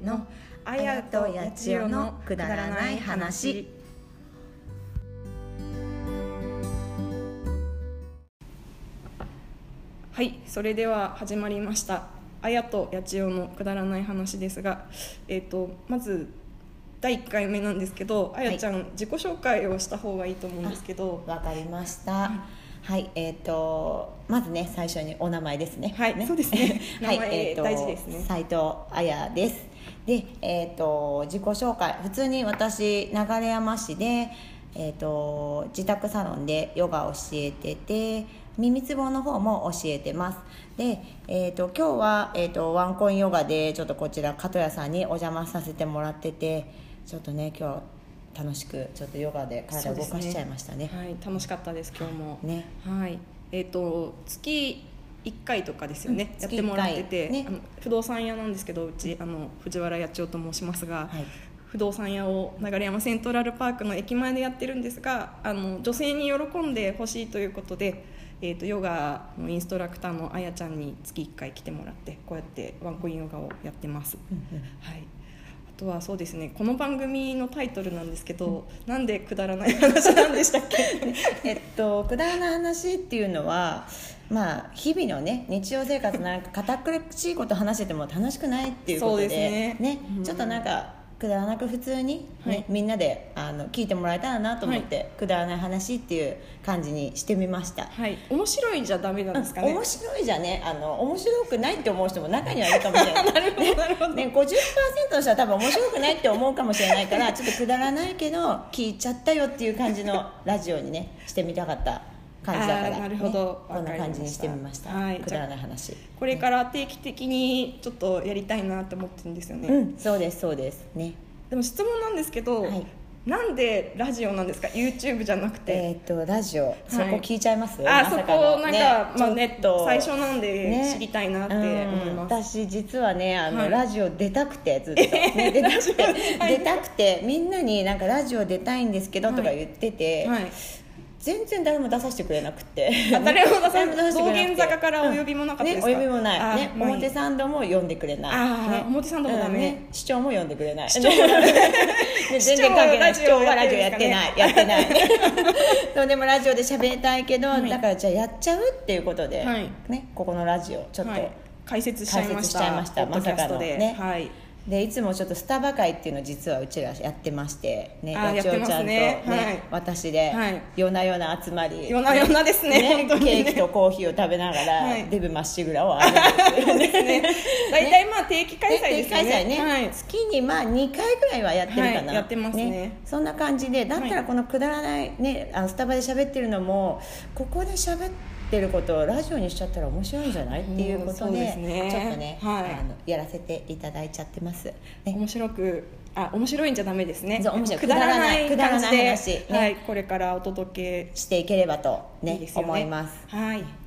のあやとやちおのくだらない話。 はい、それでは始まりましたあやとやちおのくだらない話ですが、まず第1回目なんですけど、あやちゃん、自己紹介をした方がいいと思うんですけど。 わかりました。はい、まずね、最初にお名前ですね。 はい、そうですね。名前、大事ですね。 斉藤あやです。で、自己紹介、普通に私流山市で、自宅サロンでヨガを教えてて、耳つぼの方も教えてます。で、今日は、ワンコインヨガでちょっとこちら加藤屋さんにお邪魔させてもらってて、ちょっとね今日楽しくちょっとヨガで体を動かしちゃいましたね。 はい、楽しかったです今日も。 ね。 はい。月1回とかですよね、やってもらってて、 ね、 不動産屋なんですけど、うち藤原八千代と申しますが、不動産屋を流山セントラルパークの駅前でやってるんですが、女性に喜んでほしいということで、ヨガのインストラクターのあやちゃんに月1回来てもらって、こうやってワンコインヨガをやってます。はい。あとはそうですね、この番組のタイトルなんですけど、なんでくだらない話なんでしたっけ？ くだらない話っていうのは、まあ、日々のね日常生活なんか堅苦しいこと話してても楽しくないっていうことで、ね、ちょっとなんかくだらなく普通に、ね、みんなで聞いてもらえたらなと思って、くだらない話っていう感じにしてみました。 はい、面白いじゃダメなんですかね。 面白いじゃね、面白くないって思う人も中にはいるかもしれない。 なるほどなるほど。 ね、50% の人は多分面白くないって思うかもしれないから、ちょっとくだらないけど聞いちゃったよっていう感じのラジオにねしてみたかった感じだから、 なるほど、 こんな感じにしてみました。くだらない話。 これから定期的にちょっとやりたいなと思ってるんですよね。 そうですそうですね。 でも質問なんですけど、なんでラジオなんですか？ YouTube じゃなくて。 ラジオ、そこ聞いちゃいます？ そこなんか、ネット最初なんで知りたいなって思います。 私実はねラジオ出たくてずっと、出たくてみんなになんかラジオ出たいんですけどとか言ってて、全然誰も出させてくれなくて、 誰も出させてくれなくて、道玄坂からお呼びもなかったですか？ お呼びもないね。表参道も呼んでくれない。 表参道もダメ。 市長も呼んでくれない。 市長もダメ。 全然関係ない。市長はラジオやってないそうでもラジオで喋りたいけど、だからじゃあやっちゃうっていうことでね、ここのラジオちょっと解説しちゃいました。 まさかのね。でいつもちょっとスタバ会っていうのを実はうちらやってましてね、やちおちゃんとね私で夜な夜な集まり、 夜な夜なですね、 ケーキとコーヒーを食べながらデブまっしぐらを歩くですね。 大体まあ定期開催ですよね。月にまあ2回ぐらいはやってるかな。 やってますね。 そんな感じで、だったらこのくだらないねスタバで喋ってるのもここで喋ってることをラジオにしちゃったら面白いんじゃないっていうことで、ちょっとねやらせていただいちゃってます。 面白いんじゃダメですね。 くだらない話、 これからお届けしていければとね思います。 はい。